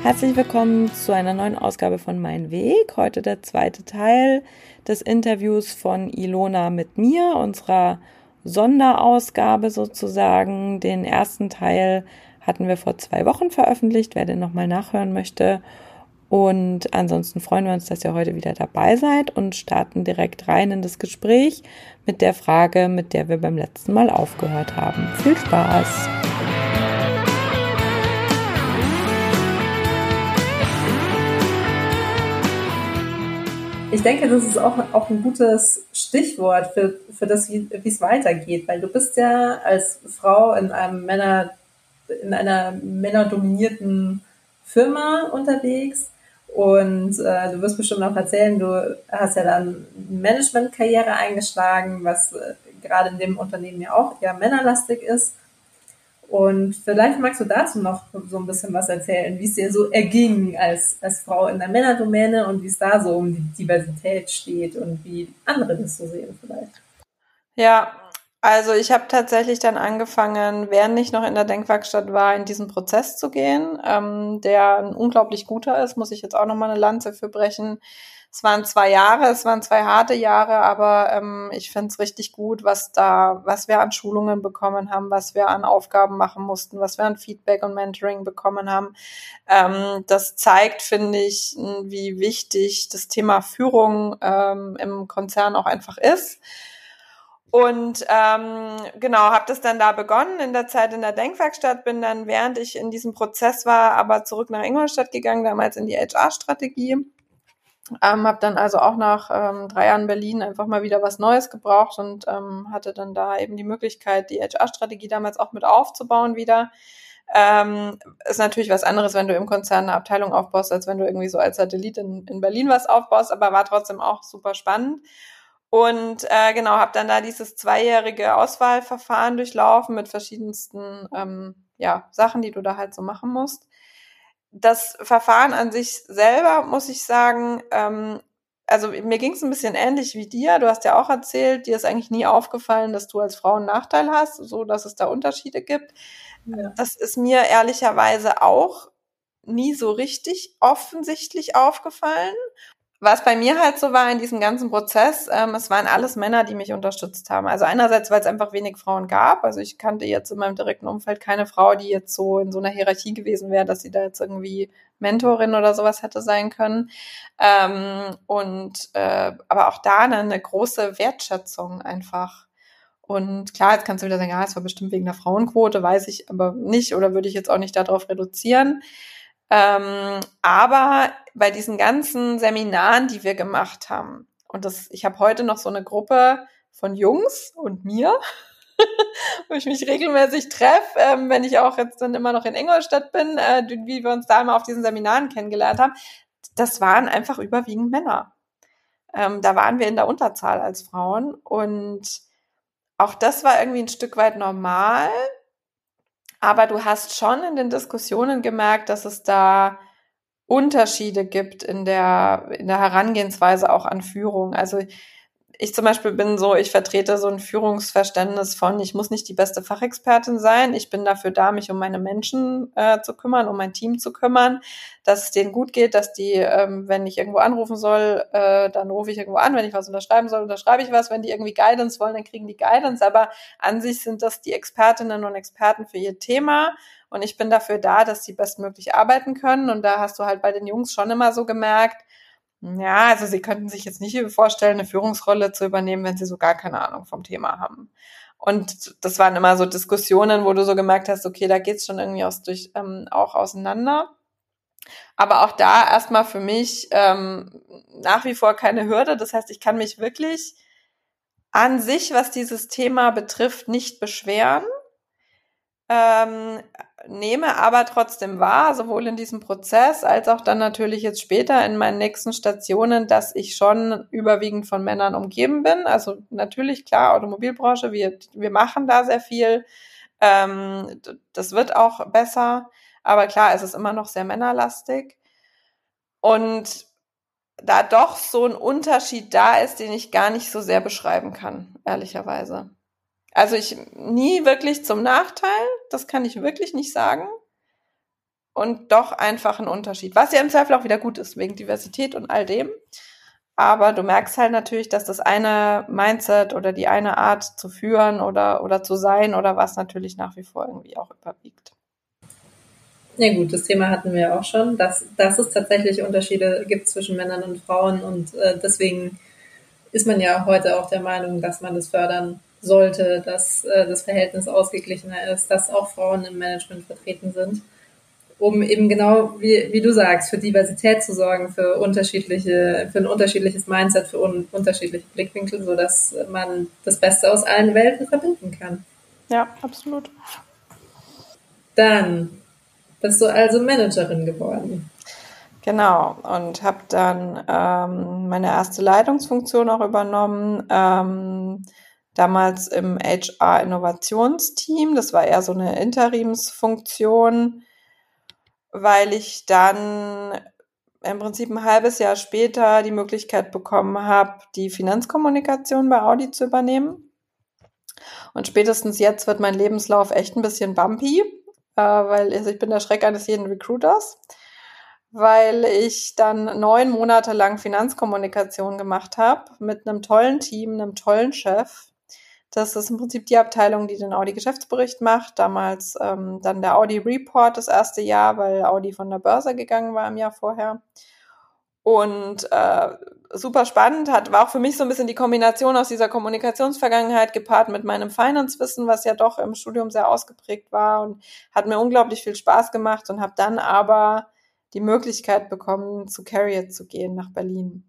Herzlich willkommen zu einer neuen Ausgabe von Mein Weg. Heute der zweite Teil des Interviews von Ilona mit mir, unserer Sonderausgabe sozusagen. Den ersten Teil hatten wir vor 2 Wochen veröffentlicht, wer den nochmal nachhören möchte. Und ansonsten freuen wir uns, dass ihr heute wieder dabei seid und starten direkt rein in das Gespräch mit der Frage, mit der wir beim letzten Mal aufgehört haben. Viel Spaß! Ich denke, das ist auch ein gutes Stichwort für das, wie es weitergeht, weil du bist ja als Frau in einer männerdominierten Firma unterwegs und du wirst bestimmt auch erzählen, du hast ja dann Managementkarriere eingeschlagen, was gerade in dem Unternehmen ja auch eher männerlastig ist. Und vielleicht magst du dazu noch so ein bisschen was erzählen, wie es dir so erging als Frau in der Männerdomäne und wie es da so um die Diversität steht und wie andere das so sehen vielleicht. Ja, also ich habe tatsächlich dann angefangen, während ich noch in der Denkwerkstatt war, in diesen Prozess zu gehen, der ein unglaublich guter ist, muss ich jetzt auch nochmal eine Lanze für brechen. Es waren 2 Jahre, es waren 2 harte Jahre, aber ich finde es richtig gut, was wir an Schulungen bekommen haben, was wir an Aufgaben machen mussten, was wir an Feedback und Mentoring bekommen haben. Das zeigt, finde ich, wie wichtig das Thema Führung im Konzern auch einfach ist. Und genau, habe das dann da begonnen in der Zeit in der Denkwerkstatt, bin dann, während ich in diesem Prozess war, aber zurück nach Ingolstadt gegangen, damals in die HR-Strategie. Habe dann also auch nach 3 Jahren Berlin einfach mal wieder was Neues gebraucht und hatte dann da eben die Möglichkeit, die HR-Strategie damals auch mit aufzubauen wieder. Ist natürlich was anderes, wenn du im Konzern eine Abteilung aufbaust, als wenn du irgendwie so als Satellit in Berlin was aufbaust, aber war trotzdem auch super spannend. Und genau, habe dann da dieses 2-jährige Auswahlverfahren durchlaufen mit verschiedensten Sachen, die du da halt so machen musst. Das Verfahren an sich selber, muss ich sagen, also mir ging es ein bisschen ähnlich wie dir. Du hast ja auch erzählt, dir ist eigentlich nie aufgefallen, dass du als Frau einen Nachteil hast, so dass es da Unterschiede gibt. Ja. Das ist mir ehrlicherweise auch nie so richtig offensichtlich aufgefallen. Was bei mir halt so war in diesem ganzen Prozess, es waren alles Männer, die mich unterstützt haben. Also einerseits, weil es einfach wenig Frauen gab. Also ich kannte jetzt in meinem direkten Umfeld keine Frau, die jetzt so in so einer Hierarchie gewesen wäre, dass sie da jetzt irgendwie Mentorin oder sowas hätte sein können. Aber auch da eine große Wertschätzung einfach. Und klar, jetzt kannst du wieder sagen, es war bestimmt wegen der Frauenquote, weiß ich aber nicht oder würde ich jetzt auch nicht darauf reduzieren. Aber bei diesen ganzen Seminaren, die wir gemacht haben, und ich habe heute noch so eine Gruppe von Jungs und mir, wo ich mich regelmäßig treffe, wenn ich auch jetzt dann immer noch in Ingolstadt bin, wie wir uns da immer auf diesen Seminaren kennengelernt haben, das waren einfach überwiegend Männer. Da waren wir in der Unterzahl als Frauen und auch das war irgendwie ein Stück weit normal, aber du hast schon in den Diskussionen gemerkt, dass es da Unterschiede gibt in der Herangehensweise auch an Führung. Also ich zum Beispiel ich vertrete so ein Führungsverständnis von, ich muss nicht die beste Fachexpertin sein, ich bin dafür da, mich um meine Menschen zu kümmern, um mein Team zu kümmern, dass es denen gut geht, dass die, wenn ich irgendwo anrufen soll, dann rufe ich irgendwo an, wenn ich was unterschreiben soll, unterschreibe ich was, wenn die irgendwie Guidance wollen, dann kriegen die Guidance, aber an sich sind das die Expertinnen und Experten für ihr Thema und ich bin dafür da, dass sie bestmöglich arbeiten können und da hast du halt bei den Jungs schon immer so gemerkt, ja, also sie könnten sich jetzt nicht vorstellen, eine Führungsrolle zu übernehmen, wenn sie so gar keine Ahnung vom Thema haben. Und das waren immer so Diskussionen, wo du so gemerkt hast, okay, da geht's schon irgendwie auch auseinander. Aber auch da erstmal für mich nach wie vor keine Hürde. Das heißt, ich kann mich wirklich an sich, was dieses Thema betrifft, nicht beschweren. Nehme aber trotzdem wahr, sowohl in diesem Prozess als auch dann natürlich jetzt später in meinen nächsten Stationen, dass ich schon überwiegend von Männern umgeben bin. Also natürlich, klar, Automobilbranche, wir machen da sehr viel. Das wird auch besser. Aber klar, es ist immer noch sehr männerlastig. Und da doch so ein Unterschied da ist, den ich gar nicht so sehr beschreiben kann, ehrlicherweise. Also nie wirklich zum Nachteil, das kann ich wirklich nicht sagen. und doch einfach ein Unterschied. Was ja im Zweifel auch wieder gut ist, wegen Diversität und all dem. Aber du merkst halt natürlich, dass das eine Mindset oder die eine Art zu führen oder zu sein oder was natürlich nach wie vor irgendwie auch überwiegt. Ja gut, das Thema hatten wir ja auch schon, dass es tatsächlich Unterschiede gibt zwischen Männern und Frauen und deswegen ist man ja heute auch der Meinung, dass man das fördern sollte, dass das Verhältnis ausgeglichener ist, dass auch Frauen im Management vertreten sind, um eben genau, wie du sagst, für Diversität zu sorgen, für ein unterschiedliches Mindset, für unterschiedliche Blickwinkel, sodass man das Beste aus allen Welten verbinden kann. Ja, absolut. Dann bist du also Managerin geworden. Genau, und habe dann meine erste Leitungsfunktion auch übernommen, damals im HR-Innovationsteam. Das war eher so eine Interimsfunktion, weil ich dann im Prinzip ein halbes Jahr später die Möglichkeit bekommen habe, die Finanzkommunikation bei Audi zu übernehmen. Und spätestens jetzt wird mein Lebenslauf echt ein bisschen bumpy, weil ich bin der Schreck eines jeden Recruiters, weil ich dann 9 Monate lang Finanzkommunikation gemacht habe mit einem tollen Team, einem tollen Chef. Das ist im Prinzip die Abteilung, die den Audi-Geschäftsbericht macht. Damals dann der Audi-Report das erste Jahr, weil Audi von der Börse gegangen war im Jahr vorher. Und super spannend, war auch für mich so ein bisschen die Kombination aus dieser Kommunikationsvergangenheit gepaart mit meinem Finance-Wissen, was ja doch im Studium sehr ausgeprägt war und hat mir unglaublich viel Spaß gemacht und habe dann aber die Möglichkeit bekommen, zu Carriot zu gehen nach Berlin.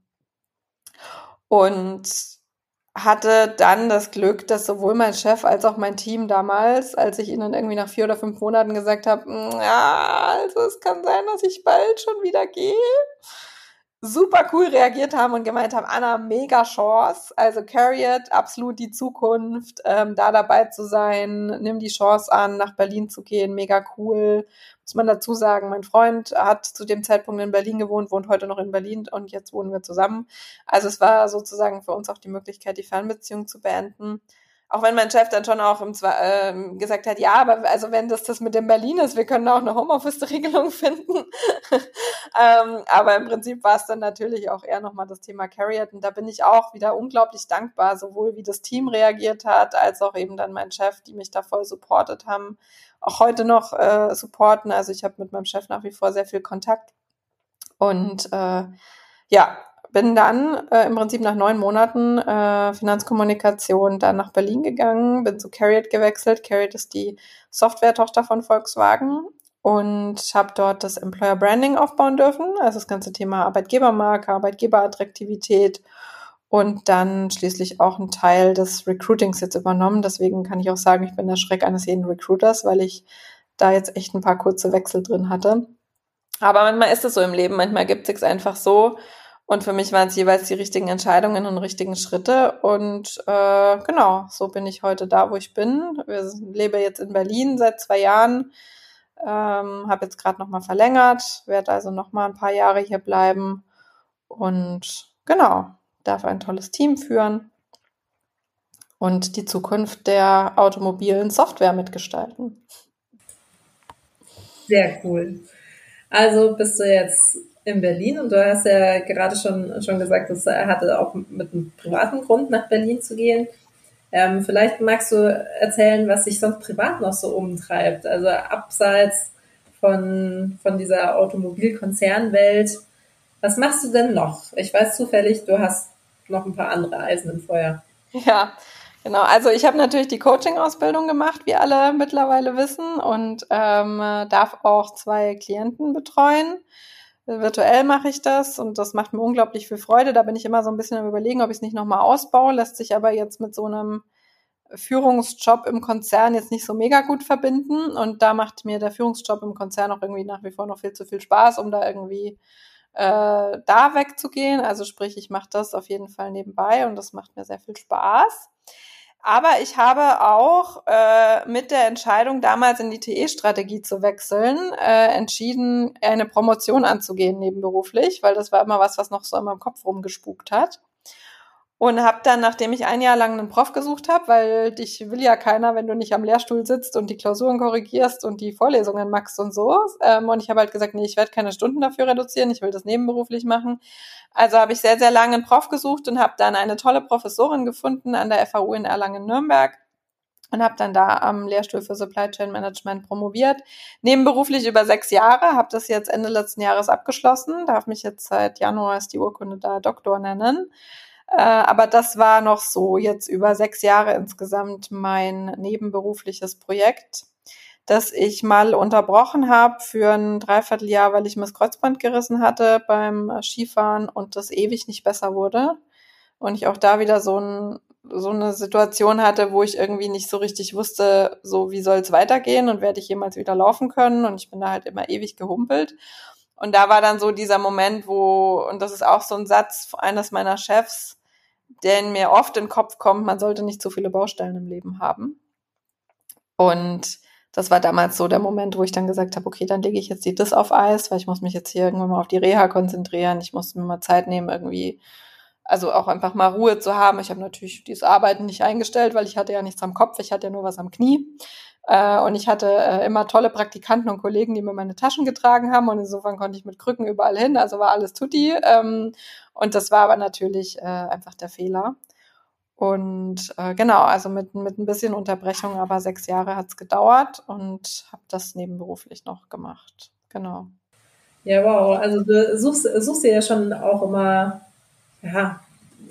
Und hatte dann das Glück, dass sowohl mein Chef als auch mein Team damals, als ich ihnen irgendwie nach 4 oder 5 Monaten gesagt habe, ja, also es kann sein, dass ich bald schon wieder gehe, super cool reagiert haben und gemeint haben, Anna, mega Chance, also Carriot, absolut die Zukunft, da dabei zu sein, nimm die Chance an, nach Berlin zu gehen, mega cool. Muss man dazu sagen, mein Freund hat zu dem Zeitpunkt in Berlin gewohnt, wohnt heute noch in Berlin und jetzt wohnen wir zusammen. Also es war sozusagen für uns auch die Möglichkeit, die Fernbeziehung zu beenden. Auch wenn mein Chef dann schon auch gesagt hat, ja, aber also wenn das mit dem Berlin ist, wir können auch eine Homeoffice-Regelung finden. Aber im Prinzip war es dann natürlich auch eher nochmal das Thema Carriot. Und da bin ich auch wieder unglaublich dankbar, sowohl wie das Team reagiert hat, als auch eben dann mein Chef, die mich da voll supportet haben, auch heute noch supporten. Also ich habe mit meinem Chef nach wie vor sehr viel Kontakt. Und ja, bin dann im Prinzip nach 9 Monaten Finanzkommunikation dann nach Berlin gegangen, bin zu Carriot gewechselt. Carriot ist die Software-Tochter von Volkswagen und habe dort das Employer Branding aufbauen dürfen, also das ganze Thema Arbeitgebermarke, Arbeitgeberattraktivität und dann schließlich auch einen Teil des Recruitings jetzt übernommen. Deswegen kann ich auch sagen, ich bin der Schreck eines jeden Recruiters, weil ich da jetzt echt ein paar kurze Wechsel drin hatte. Aber manchmal ist es so im Leben, manchmal gibt es einfach so. Und für mich waren es jeweils die richtigen Entscheidungen und richtigen Schritte. Und genau, so bin ich heute da, wo ich bin. Ich lebe jetzt in Berlin seit 2 Jahren, habe jetzt gerade nochmal verlängert, werde also nochmal ein paar Jahre hier bleiben. Und genau, darf ein tolles Team führen und die Zukunft der automobilen Software mitgestalten. Sehr cool. Also bist du jetzt in Berlin und du hast ja gerade schon gesagt, dass er hatte auch mit einem privaten Grund nach Berlin zu gehen. Vielleicht magst du erzählen, was dich sonst privat noch so umtreibt, also abseits von dieser Automobilkonzernwelt. Was machst du denn noch? Ich weiß zufällig, du hast noch ein paar andere Eisen im Feuer. Ja, genau. Also ich habe natürlich die Coaching-Ausbildung gemacht, wie alle mittlerweile wissen, und darf auch 2 Klienten betreuen. Virtuell mache ich das und das macht mir unglaublich viel Freude. Da bin ich immer so ein bisschen am Überlegen, ob ich es nicht nochmal ausbaue. Lässt sich aber jetzt mit so einem Führungsjob im Konzern jetzt nicht so mega gut verbinden. Und da macht mir der Führungsjob im Konzern auch irgendwie nach wie vor noch viel zu viel Spaß, um da irgendwie da wegzugehen. Also sprich, ich mache das auf jeden Fall nebenbei und das macht mir sehr viel Spaß. Aber ich habe auch mit der Entscheidung, damals in die TE-Strategie zu wechseln, entschieden, eine Promotion anzugehen nebenberuflich, weil das war immer was noch so in meinem Kopf rumgespukt hat. Und habe dann, nachdem ich ein Jahr lang einen Prof gesucht habe, weil dich will ja keiner, wenn du nicht am Lehrstuhl sitzt und die Klausuren korrigierst und die Vorlesungen machst und so. Und ich habe halt gesagt, nee, ich werde keine Stunden dafür reduzieren, ich will das nebenberuflich machen. Also habe ich sehr, sehr lange einen Prof gesucht und habe dann eine tolle Professorin gefunden an der FAU in Erlangen-Nürnberg und habe dann da am Lehrstuhl für Supply Chain Management promoviert. Nebenberuflich über 6 Jahre, habe das jetzt Ende letzten Jahres abgeschlossen, darf mich jetzt seit Januar, ist die Urkunde da, Doktor nennen. Aber das war noch so jetzt über 6 Jahre insgesamt mein nebenberufliches Projekt, das ich mal unterbrochen habe für ein Dreivierteljahr, weil ich mir das Kreuzband gerissen hatte beim Skifahren und das ewig nicht besser wurde. Und ich auch da wieder so eine Situation hatte, wo ich irgendwie nicht so richtig wusste, so wie soll es weitergehen und werde ich jemals wieder laufen können. Und ich bin da halt immer ewig gehumpelt. Und da war dann so dieser Moment, und das ist auch so ein Satz eines meiner Chefs, der mir oft in den Kopf kommt, man sollte nicht zu viele Baustellen im Leben haben. Und das war damals so der Moment, wo ich dann gesagt habe, okay, dann lege ich jetzt die Dis auf Eis, weil ich muss mich jetzt hier irgendwann mal auf die Reha konzentrieren. Ich muss mir mal Zeit nehmen, irgendwie, also auch einfach mal Ruhe zu haben. Ich habe natürlich dieses Arbeiten nicht eingestellt, weil ich hatte ja nichts am Kopf, ich hatte ja nur was am Knie. Und ich hatte immer tolle Praktikanten und Kollegen, die mir meine Taschen getragen haben. Und insofern konnte ich mit Krücken überall hin. Also war alles tutti. Und das war aber natürlich einfach der Fehler. Und genau, also mit ein bisschen Unterbrechung, aber 6 Jahre hat's gedauert und habe das nebenberuflich noch gemacht. Genau. Ja, wow. Also du suchst dir ja schon auch immer, ja,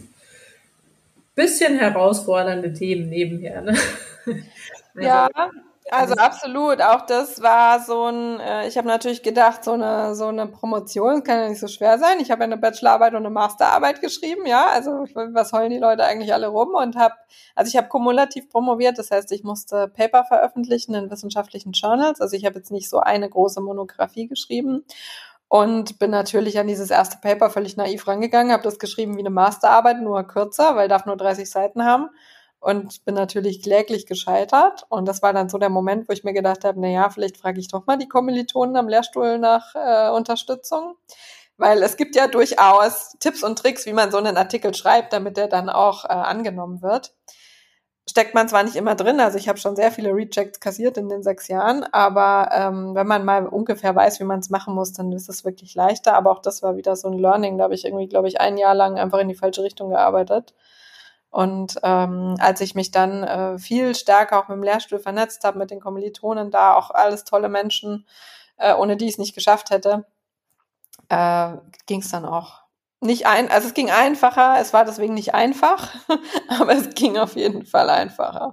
bisschen herausfordernde Themen nebenher, ne? Ja, also absolut. Auch das war so ich habe natürlich gedacht, so eine Promotion kann ja nicht so schwer sein. Ich habe ja eine Bachelorarbeit und eine Masterarbeit geschrieben, ja. Also was heulen die Leute eigentlich alle rum? Ich habe kumulativ promoviert, das heißt, ich musste Paper veröffentlichen in wissenschaftlichen Journals. Also ich habe jetzt nicht so eine große Monographie geschrieben. Und bin natürlich an dieses erste Paper völlig naiv rangegangen, habe das geschrieben wie eine Masterarbeit, nur kürzer, weil darf nur 30 Seiten haben. Und bin natürlich kläglich gescheitert. Und das war dann so der Moment, wo ich mir gedacht habe, na ja, vielleicht frage ich doch mal die Kommilitonen am Lehrstuhl nach Unterstützung. Weil es gibt ja durchaus Tipps und Tricks, wie man so einen Artikel schreibt, damit der dann auch angenommen wird. Steckt man zwar nicht immer drin, also ich habe schon sehr viele Rejects kassiert in den 6 Jahren, aber wenn man mal ungefähr weiß, wie man es machen muss, dann ist es wirklich leichter. Aber auch das war wieder so ein Learning, da habe ich irgendwie, glaube ich, 1 Jahr lang einfach in die falsche Richtung gearbeitet. Und als ich mich dann viel stärker auch mit dem Lehrstuhl vernetzt habe, mit den Kommilitonen da, auch alles tolle Menschen, ohne die ich es nicht geschafft hätte, ging es dann auch also es ging einfacher, es war deswegen nicht einfach, aber es ging auf jeden Fall einfacher.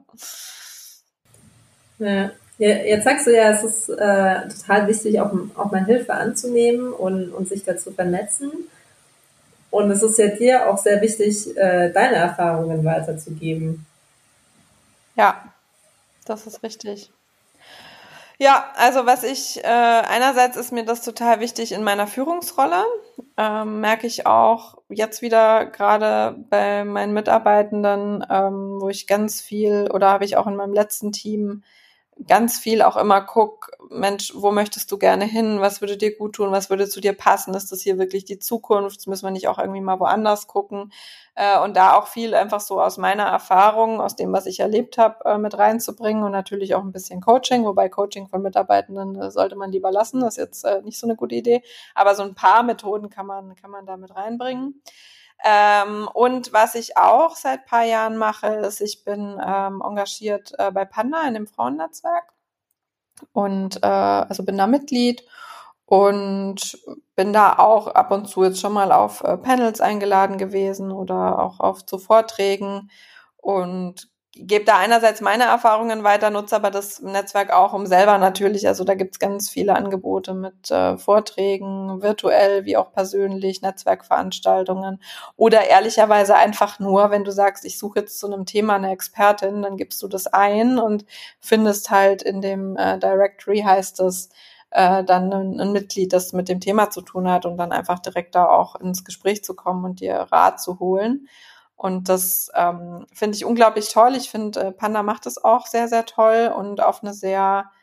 Ja. Jetzt sagst du ja, es ist total wichtig, auch mal Hilfe anzunehmen und sich dazu vernetzen. Und es ist ja dir auch sehr wichtig, deine Erfahrungen weiterzugeben. Ja, das ist richtig. Ja, also einerseits ist mir das total wichtig in meiner Führungsrolle, merke ich auch jetzt wieder gerade bei meinen Mitarbeitenden, wo ich ganz viel, oder habe ich auch in meinem letzten Team ganz viel auch immer guck, Mensch, wo möchtest du gerne hin? Was würde dir gut tun? Was würde zu dir passen? Ist das hier wirklich die Zukunft? Müssen wir nicht auch irgendwie mal woanders gucken? Und da auch viel einfach so aus meiner Erfahrung, aus dem, was ich erlebt habe, mit reinzubringen und natürlich auch ein bisschen Coaching, wobei Coaching von Mitarbeitenden sollte man lieber lassen. Das ist jetzt nicht so eine gute Idee. Aber so ein paar Methoden kann man da mit reinbringen. Und was ich auch seit ein paar Jahren mache, ist, ich bin engagiert bei Panda in dem Frauennetzwerk und also bin da Mitglied und bin da auch ab und zu jetzt schon mal auf Panels eingeladen gewesen oder auch auf zu Vorträgen und gebe da einerseits meine Erfahrungen weiter, nutze aber das Netzwerk auch, um selber natürlich, also da gibt's ganz viele Angebote mit Vorträgen, virtuell wie auch persönlich, Netzwerkveranstaltungen oder ehrlicherweise einfach nur, wenn du sagst, ich suche jetzt zu einem Thema eine Expertin, dann gibst du das ein und findest halt in dem Directory, heißt es, dann ein Mitglied, das mit dem Thema zu tun hat und dann einfach direkt da auch ins Gespräch zu kommen und dir Rat zu holen. Und das finde ich unglaublich toll. Ich finde, Panda macht es auch sehr, sehr toll und auf eine sehr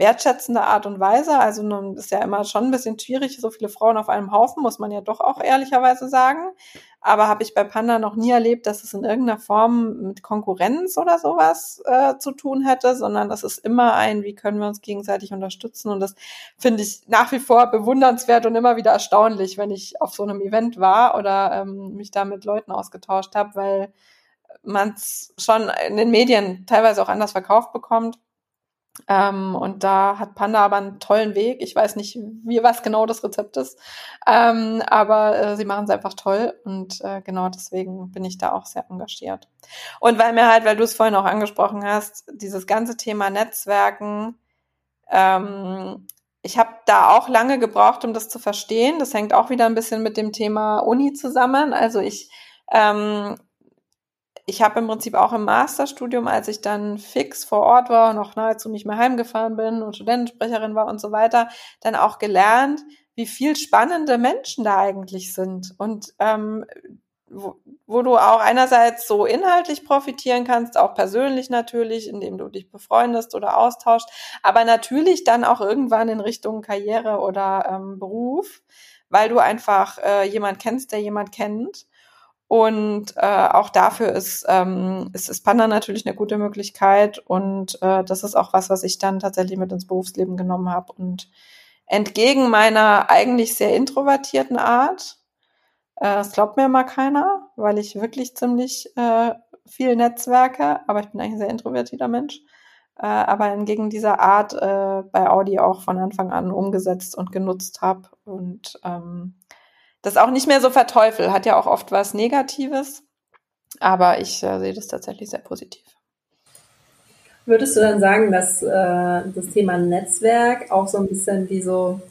wertschätzende Art und Weise. Also nun ist ja immer schon ein bisschen schwierig, so viele Frauen auf einem Haufen, muss man ja doch auch ehrlicherweise sagen. Aber habe ich bei Panda noch nie erlebt, dass es in irgendeiner Form mit Konkurrenz oder sowas zu tun hätte, sondern das ist immer wie können wir uns gegenseitig unterstützen. Und das finde ich nach wie vor bewundernswert und immer wieder erstaunlich, wenn ich auf so einem Event war oder mich da mit Leuten ausgetauscht habe, weil man es schon in den Medien teilweise auch anders verkauft bekommt. Und da hat Panda aber einen tollen Weg. Ich weiß nicht, was genau das Rezept ist, aber sie machen es einfach toll und genau deswegen bin ich da auch sehr engagiert. Und weil du es vorhin auch angesprochen hast, dieses ganze Thema Netzwerken, ich habe da auch lange gebraucht, um das zu verstehen. Das hängt auch wieder ein bisschen mit dem Thema Uni zusammen. Also ich habe im Prinzip auch im Masterstudium, als ich dann fix vor Ort war, noch nahezu nicht mehr heimgefahren bin und Studentensprecherin war und so weiter, dann auch gelernt, wie viel spannende Menschen da eigentlich sind und wo du auch einerseits so inhaltlich profitieren kannst, auch persönlich natürlich, indem du dich befreundest oder austauschst, aber natürlich dann auch irgendwann in Richtung Karriere oder Beruf, weil du einfach jemand kennst, der jemand kennt. Und auch dafür ist Panda natürlich eine gute Möglichkeit. Und das ist auch was ich dann tatsächlich mit ins Berufsleben genommen habe. Und entgegen meiner eigentlich sehr introvertierten Art, das glaubt mir immer keiner, weil ich wirklich ziemlich viel netzwerke, aber ich bin eigentlich ein sehr introvertierter Mensch. Aber entgegen dieser Art bei Audi auch von Anfang an umgesetzt und genutzt habe. Und das auch nicht mehr so verteufel, hat ja auch oft was Negatives, aber ich sehe das tatsächlich sehr positiv. Würdest du dann sagen, dass das Thema Netzwerk auch so ein bisschen wie so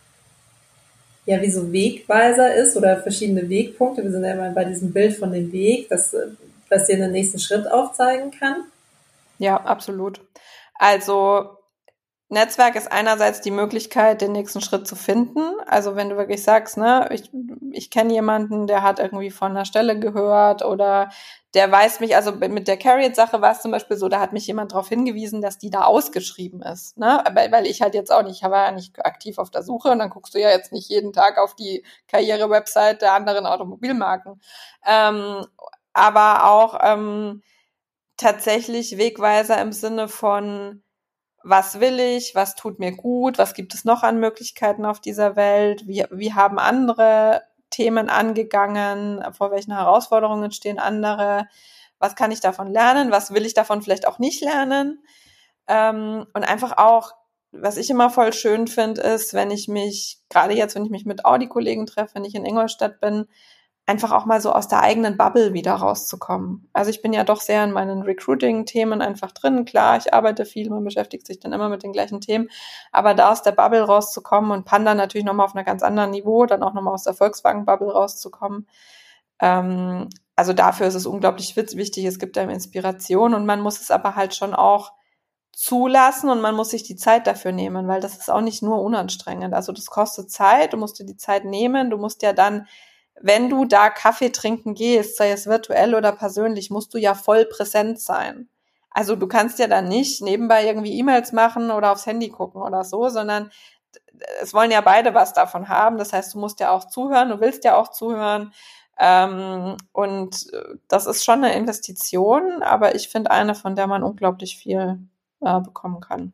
Wegweiser ist oder verschiedene Wegpunkte? Wir sind ja immer bei diesem Bild von dem Weg, dass dir den nächsten Schritt aufzeigen kann. Ja, absolut. Also Netzwerk ist einerseits die Möglichkeit, den nächsten Schritt zu finden. Also wenn du wirklich sagst, ne, ich kenne jemanden, der hat irgendwie von einer Stelle gehört oder der weiß mich, also mit der Carriot-Sache war es zum Beispiel so, da hat mich jemand darauf hingewiesen, dass die da ausgeschrieben ist, ne, weil ich halt jetzt auch nicht, ich war ja nicht aktiv auf der Suche und dann guckst du ja jetzt nicht jeden Tag auf die Karriere-Website der anderen Automobilmarken. Aber auch tatsächlich Wegweiser im Sinne von was will ich, was tut mir gut, was gibt es noch an Möglichkeiten auf dieser Welt, wie haben andere Themen angegangen, vor welchen Herausforderungen stehen andere, was kann ich davon lernen, was will ich davon vielleicht auch nicht lernen und einfach auch, was ich immer voll schön finde, ist, wenn ich mich mit Audi-Kollegen treffe, wenn ich in Ingolstadt bin, einfach auch mal so aus der eigenen Bubble wieder rauszukommen. Also ich bin ja doch sehr in meinen Recruiting-Themen einfach drin. Klar, ich arbeite viel, man beschäftigt sich dann immer mit den gleichen Themen, aber da aus der Bubble rauszukommen und Panda natürlich nochmal auf einer ganz anderen Niveau, dann auch nochmal aus der Volkswagen-Bubble rauszukommen. Also dafür ist es unglaublich wichtig, es gibt einem Inspiration und man muss es aber halt schon auch zulassen und man muss sich die Zeit dafür nehmen, weil das ist auch nicht nur unanstrengend. Also das kostet Zeit, du musst dir die Zeit nehmen, du musst ja dann, wenn du da Kaffee trinken gehst, sei es virtuell oder persönlich, musst du ja voll präsent sein. Also du kannst ja dann nicht nebenbei irgendwie E-Mails machen oder aufs Handy gucken oder so, sondern es wollen ja beide was davon haben. Das heißt, du musst ja auch zuhören, du willst ja auch zuhören. Und das ist schon eine Investition, aber ich finde eine, von der man unglaublich viel bekommen kann.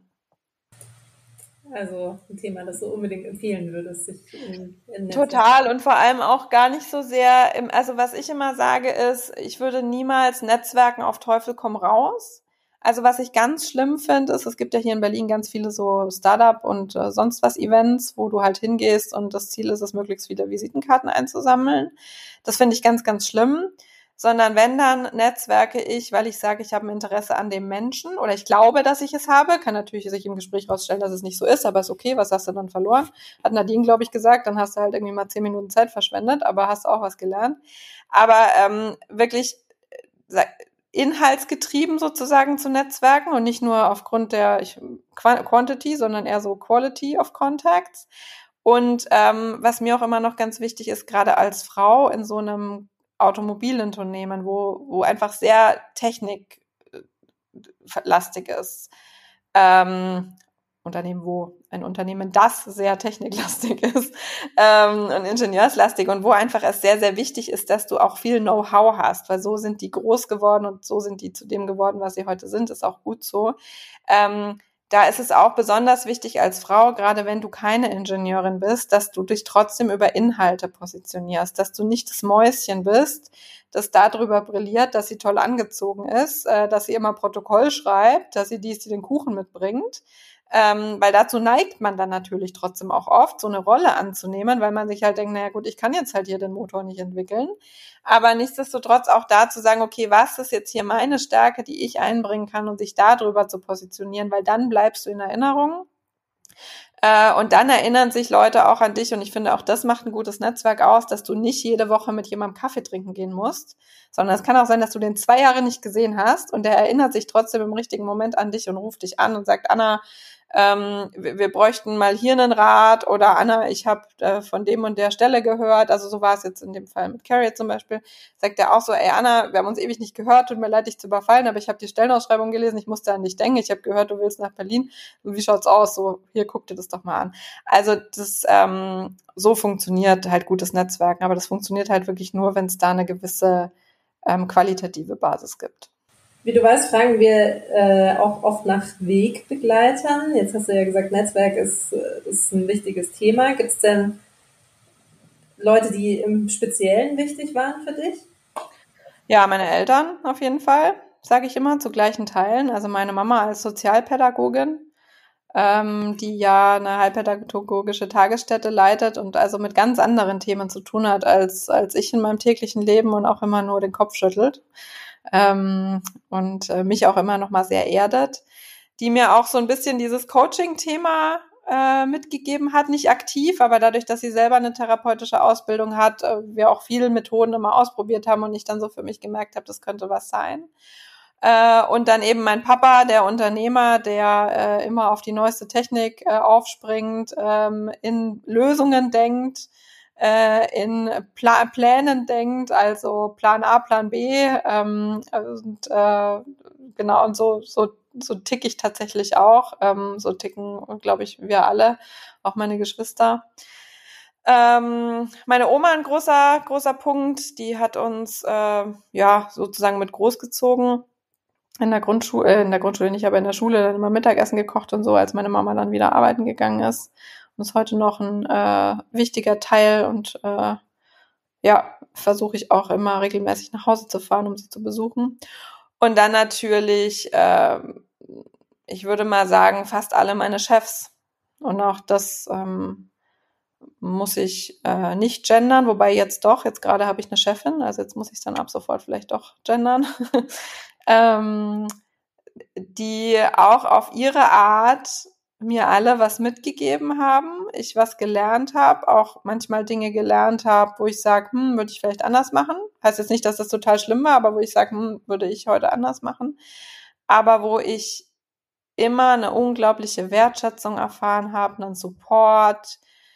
Also ein Thema, das du unbedingt empfehlen würdest. Total und vor allem auch gar nicht so sehr, also was ich immer sage ist, ich würde niemals Netzwerken auf Teufel komm raus. Also was ich ganz schlimm finde, ist, es gibt ja hier in Berlin ganz viele so Startup und sonst was Events, wo du halt hingehst und das Ziel ist es, möglichst viele Visitenkarten einzusammeln. Das finde ich ganz, ganz schlimm. Sondern wenn, dann netzwerke ich, weil ich sage, ich habe ein Interesse an dem Menschen oder ich glaube, dass ich es habe. Kann natürlich sich im Gespräch rausstellen, dass es nicht so ist, aber ist okay, was hast du dann verloren? Hat Nadine, glaube ich, gesagt, dann hast du halt irgendwie mal 10 Minuten Zeit verschwendet, aber hast auch was gelernt. Aber wirklich inhaltsgetrieben sozusagen zu netzwerken und nicht nur aufgrund der Quantity, sondern eher so Quality of Contacts. Und was mir auch immer noch ganz wichtig ist, gerade als Frau in so einem Automobilunternehmen, wo einfach sehr techniklastig ist, ein Unternehmen, das sehr techniklastig ist und ingenieurslastig und wo einfach es sehr, sehr wichtig ist, dass du auch viel Know-how hast, weil so sind die groß geworden und so sind die zu dem geworden, was sie heute sind, ist auch gut so. Da ist es auch besonders wichtig als Frau, gerade wenn du keine Ingenieurin bist, dass du dich trotzdem über Inhalte positionierst, dass du nicht das Mäuschen bist, das darüber brilliert, dass sie toll angezogen ist, dass sie immer Protokoll schreibt, dass sie den Kuchen mitbringt. Weil dazu neigt man dann natürlich trotzdem auch oft, so eine Rolle anzunehmen, weil man sich halt denkt, naja gut, ich kann jetzt halt hier den Motor nicht entwickeln. Aber nichtsdestotrotz auch da zu sagen, okay, was ist jetzt hier meine Stärke, die ich einbringen kann und sich darüber zu positionieren, weil dann bleibst du in Erinnerung. Und dann erinnern sich Leute auch an dich und ich finde auch, das macht ein gutes Netzwerk aus, dass du nicht jede Woche mit jemandem Kaffee trinken gehen musst, sondern es kann auch sein, dass du den 2 Jahre nicht gesehen hast und der erinnert sich trotzdem im richtigen Moment an dich und ruft dich an und sagt, Anna, wir bräuchten mal hier einen Rat oder Anna, ich habe von dem und der Stelle gehört, also so war es jetzt in dem Fall mit Carrie zum Beispiel, sagt er auch so, ey Anna, wir haben uns ewig nicht gehört, tut mir leid, dich zu überfallen, aber ich habe die Stellenausschreibung gelesen, ich musste an dich denken, ich habe gehört, du willst nach Berlin, wie schaut's aus, so hier, guck dir das doch mal an. Also das so funktioniert halt gutes Netzwerken, aber das funktioniert halt wirklich nur, wenn es da eine gewisse qualitative Basis gibt. Wie du weißt, fragen wir auch oft nach Wegbegleitern. Jetzt hast du ja gesagt, Netzwerk ist ein wichtiges Thema. Gibt es denn Leute, die im Speziellen wichtig waren für dich? Ja, meine Eltern auf jeden Fall, sage ich immer, zu gleichen Teilen. Also meine Mama als Sozialpädagogin, die ja eine heilpädagogische Tagesstätte leitet und also mit ganz anderen Themen zu tun hat, als ich in meinem täglichen Leben und auch immer nur den Kopf schüttelt. Und mich auch immer noch mal sehr erdet, die mir auch so ein bisschen dieses Coaching-Thema mitgegeben hat, nicht aktiv, aber dadurch, dass sie selber eine therapeutische Ausbildung hat, wir auch viele Methoden immer ausprobiert haben und ich dann so für mich gemerkt habe, das könnte was sein. Und dann eben mein Papa, der Unternehmer, der immer auf die neueste Technik aufspringt, in Lösungen denkt, in Plänen denkt, also Plan A, Plan B, genau, und so tick ich tatsächlich auch, so ticken, glaube ich, wir alle, auch meine Geschwister. Meine Oma ein großer Punkt, die hat uns sozusagen mit großgezogen. In der Grundschule nicht, aber in der Schule dann immer Mittagessen gekocht und so, als meine Mama dann wieder arbeiten gegangen ist. Und ist heute noch ein wichtiger Teil und versuche ich auch immer regelmäßig nach Hause zu fahren, um sie zu besuchen. Und dann natürlich, ich würde mal sagen, fast alle meine Chefs. Und auch das muss ich nicht gendern, wobei jetzt gerade habe ich eine Chefin, also jetzt muss ich es dann ab sofort vielleicht doch gendern. Die auch auf ihre Art mir alle was mitgegeben haben, ich was gelernt habe, auch manchmal Dinge gelernt habe, wo ich sage, würde ich vielleicht anders machen. Heißt jetzt nicht, dass das total schlimm war, aber wo ich sage, würde ich heute anders machen. Aber wo ich immer eine unglaubliche Wertschätzung erfahren habe, einen Support,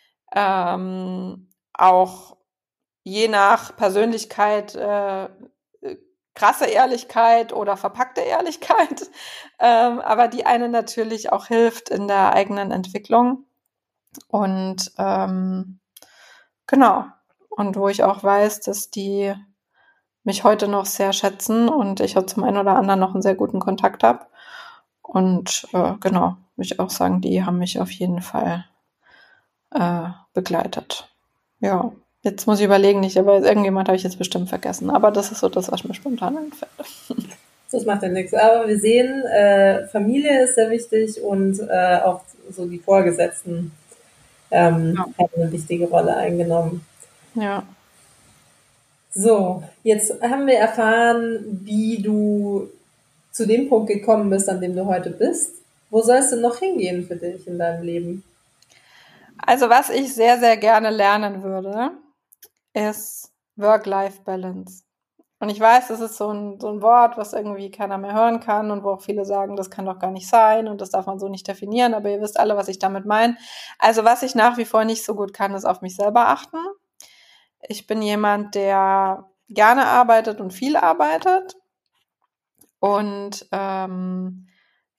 auch je nach Persönlichkeit krasse Ehrlichkeit oder verpackte Ehrlichkeit, aber die einen natürlich auch hilft in der eigenen Entwicklung. Und genau. Und wo ich auch weiß, dass die mich heute noch sehr schätzen und ich auch zum einen oder anderen noch einen sehr guten Kontakt habe. Und genau, würde ich auch sagen, die haben mich auf jeden Fall begleitet. Ja. Jetzt muss ich überlegen, nicht, aber irgendjemand habe ich jetzt bestimmt vergessen. Aber das ist so das, was mir spontan einfällt. Das macht ja nichts. Aber wir sehen, Familie ist sehr wichtig und auch so die Vorgesetzten haben eine wichtige Rolle eingenommen. Ja. So, jetzt haben wir erfahren, wie du zu dem Punkt gekommen bist, an dem du heute bist. Wo sollst du noch hingehen für dich in deinem Leben? Also was ich sehr, sehr gerne lernen würde, ist Work-Life-Balance. Und ich weiß, das ist so ein Wort, was irgendwie keiner mehr hören kann und wo auch viele sagen, das kann doch gar nicht sein und das darf man so nicht definieren, aber ihr wisst alle, was ich damit meine. Also was ich nach wie vor nicht so gut kann, ist auf mich selber achten. Ich bin jemand, der gerne arbeitet und viel arbeitet und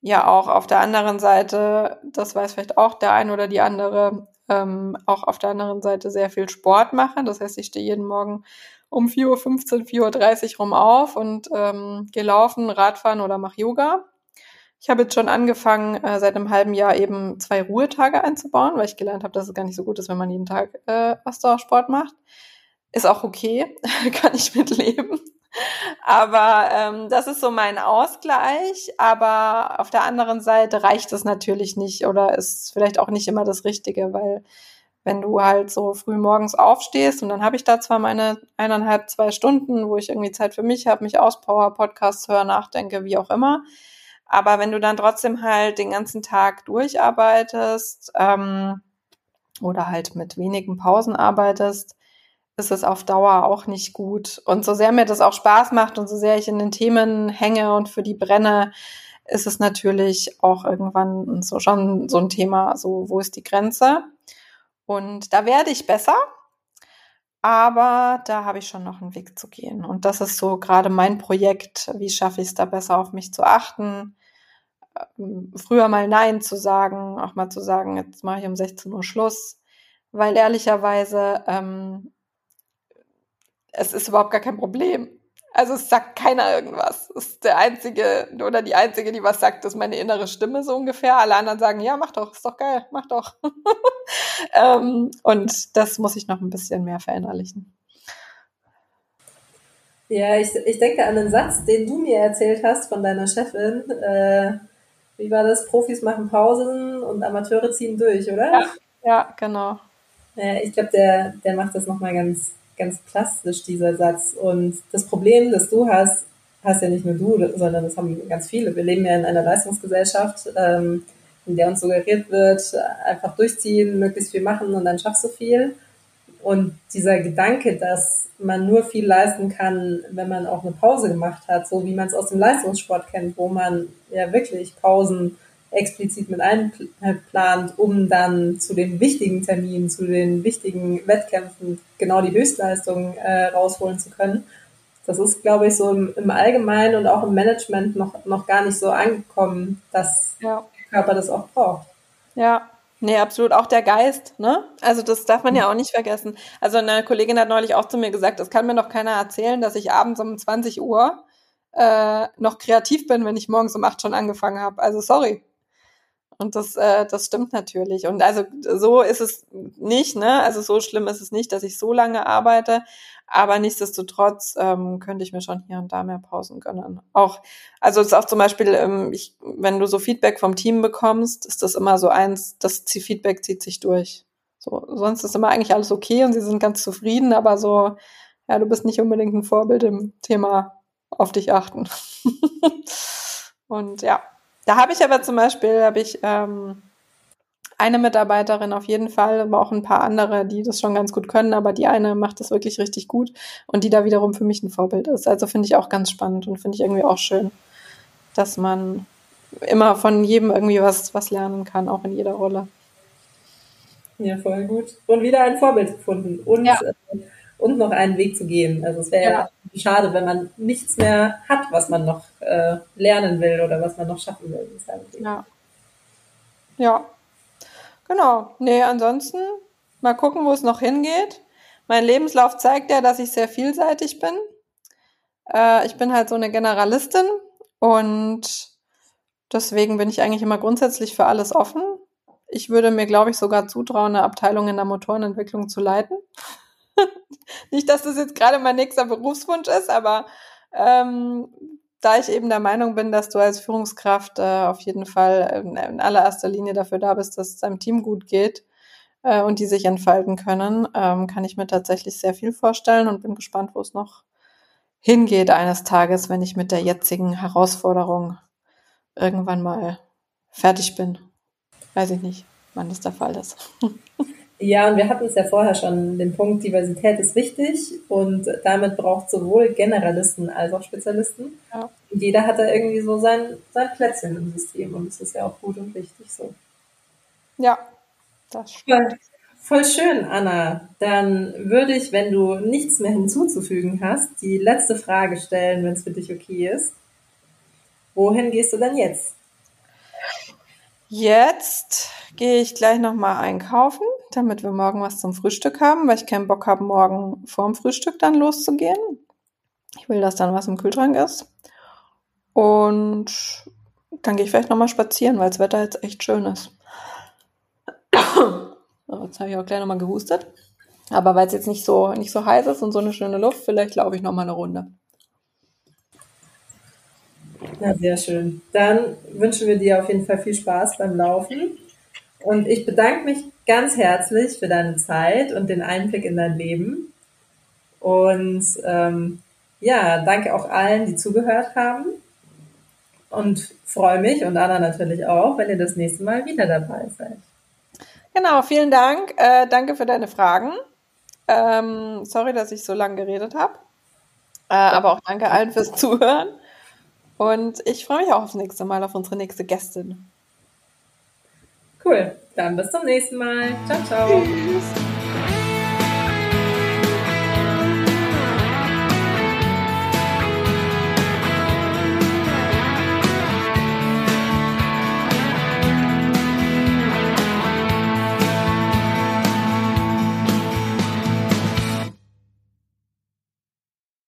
ja auch auf der anderen Seite, das weiß vielleicht auch der eine oder die andere, auch auf der anderen Seite sehr viel Sport mache. Das heißt, ich stehe jeden Morgen um 4:15 Uhr, 4:30 Uhr rum auf und gehe laufen, Radfahren oder mache Yoga. Ich habe jetzt schon angefangen, seit einem halben Jahr eben 2 Ruhetage einzubauen, weil ich gelernt habe, dass es gar nicht so gut ist, wenn man jeden Tag Ausdauersport macht. Ist auch okay, kann ich mit leben. Aber das ist so mein Ausgleich. Aber auf der anderen Seite reicht es natürlich nicht oder ist vielleicht auch nicht immer das Richtige, weil wenn du halt so früh morgens aufstehst und dann habe ich da zwar meine 1,5, 2 Stunden, wo ich irgendwie Zeit für mich habe, mich auspower, Podcasts höre, nachdenke, wie auch immer. Aber wenn du dann trotzdem halt den ganzen Tag durcharbeitest oder halt mit wenigen Pausen arbeitest, ist es auf Dauer auch nicht gut. Und so sehr mir das auch Spaß macht und so sehr ich in den Themen hänge und für die brenne, ist es natürlich auch irgendwann so schon so ein Thema, so wo ist die Grenze? Und da werde ich besser, aber da habe ich schon noch einen Weg zu gehen. Und das ist so gerade mein Projekt, wie schaffe ich es da besser auf mich zu achten, früher mal Nein zu sagen, auch mal zu sagen, jetzt mache ich um 16 Uhr Schluss, weil ehrlicherweise es ist überhaupt gar kein Problem. Also es sagt keiner irgendwas. Es ist der Einzige oder die Einzige, die was sagt, ist meine innere Stimme so ungefähr. Alle anderen sagen, ja, mach doch, ist doch geil, mach doch. Und das muss ich noch ein bisschen mehr verinnerlichen. Ja, ich denke an einen Satz, den du mir erzählt hast von deiner Chefin. Wie war das? Profis machen Pausen und Amateure ziehen durch, oder? Ja, genau. Ja, ich glaube, der macht das nochmal ganz, ganz plastisch, dieser Satz. Und das Problem, das du hast ja nicht nur du, sondern das haben ganz viele. Wir leben ja in einer Leistungsgesellschaft, in der uns suggeriert wird, einfach durchziehen, möglichst viel machen und dann schaffst du viel. Und dieser Gedanke, dass man nur viel leisten kann, wenn man auch eine Pause gemacht hat, so wie man es aus dem Leistungssport kennt, wo man ja wirklich Pausen explizit mit einplant, um dann zu den wichtigen Terminen, zu den wichtigen Wettkämpfen genau die Höchstleistung rausholen zu können. Das ist, glaube ich, so im Allgemeinen und auch im Management noch gar nicht so angekommen, dass der Körper das auch braucht. Ja, nee, absolut. Auch der Geist, ne? Also das darf man ja auch nicht vergessen. Also eine Kollegin hat neulich auch zu mir gesagt, das kann mir doch keiner erzählen, dass ich abends um 20 Uhr noch kreativ bin, wenn ich morgens um 8 schon angefangen habe. Also sorry. Und das stimmt natürlich. Und also so ist es nicht, ne? Also so schlimm ist es nicht, dass ich so lange arbeite. Aber nichtsdestotrotz könnte ich mir schon hier und da mehr Pausen gönnen. Auch, also es ist auch zum Beispiel, wenn du so Feedback vom Team bekommst, ist das immer so eins, das Feedback zieht sich durch. So, sonst ist immer eigentlich alles okay und sie sind ganz zufrieden, aber so, ja, du bist nicht unbedingt ein Vorbild im Thema auf dich achten. Und ja. Da habe ich aber zum Beispiel eine Mitarbeiterin auf jeden Fall, aber auch ein paar andere, die das schon ganz gut können, aber die eine macht das wirklich richtig gut und die da wiederum für mich ein Vorbild ist. Also finde ich auch ganz spannend und finde ich irgendwie auch schön, dass man immer von jedem irgendwie was lernen kann, auch in jeder Rolle. Ja, voll gut. Und wieder ein Vorbild gefunden und noch einen Weg zu gehen. Also es wäre ja schade, wenn man nichts mehr hat, was man noch lernen will oder was man noch schaffen will. Ja, genau. Nee, ansonsten mal gucken, wo es noch hingeht. Mein Lebenslauf zeigt ja, dass ich sehr vielseitig bin. Ich bin halt so eine Generalistin und deswegen bin ich eigentlich immer grundsätzlich für alles offen. Ich würde mir, glaube ich, sogar zutrauen, eine Abteilung in der Motorenentwicklung zu leiten. Nicht, dass das jetzt gerade mein nächster Berufswunsch ist, aber da ich eben der Meinung bin, dass du als Führungskraft auf jeden Fall in allererster Linie dafür da bist, dass es deinem Team gut geht und die sich entfalten können, kann ich mir tatsächlich sehr viel vorstellen und bin gespannt, wo es noch hingeht eines Tages, wenn ich mit der jetzigen Herausforderung irgendwann mal fertig bin. Weiß ich nicht, wann das der Fall ist. Ja, und wir hatten es ja vorher schon, den Punkt, Diversität ist wichtig und damit braucht sowohl Generalisten als auch Spezialisten. Ja. Und jeder hat da irgendwie so sein Plätzchen im System und das ist ja auch gut und wichtig so. Ja, das stimmt. Voll schön, Anna. Dann würde ich, wenn du nichts mehr hinzuzufügen hast, die letzte Frage stellen, wenn es für dich okay ist. Wohin gehst du denn jetzt? Jetzt gehe ich gleich nochmal einkaufen, damit wir morgen was zum Frühstück haben, weil ich keinen Bock habe, morgen vorm Frühstück dann loszugehen. Ich will, dass dann was im Kühlschrank ist. Und dann gehe ich vielleicht nochmal spazieren, weil das Wetter jetzt echt schön ist. Jetzt habe ich auch gleich nochmal gehustet. Aber weil es jetzt nicht so heiß ist und so eine schöne Luft, vielleicht laufe ich nochmal eine Runde. Na, sehr schön. Dann wünschen wir dir auf jeden Fall viel Spaß beim Laufen. Und ich bedanke mich ganz herzlich für deine Zeit und den Einblick in dein Leben. Und ja, danke auch allen, die zugehört haben. Und freue mich und Anna natürlich auch, wenn ihr das nächste Mal wieder dabei seid. Genau, vielen Dank. Danke für deine Fragen. Sorry, dass ich so lange geredet habe. Aber auch danke allen fürs Zuhören. Und ich freue mich auch aufs nächste Mal, auf unsere nächste Gästin. Cool, dann bis zum nächsten Mal. Ciao, ciao. Tschüss.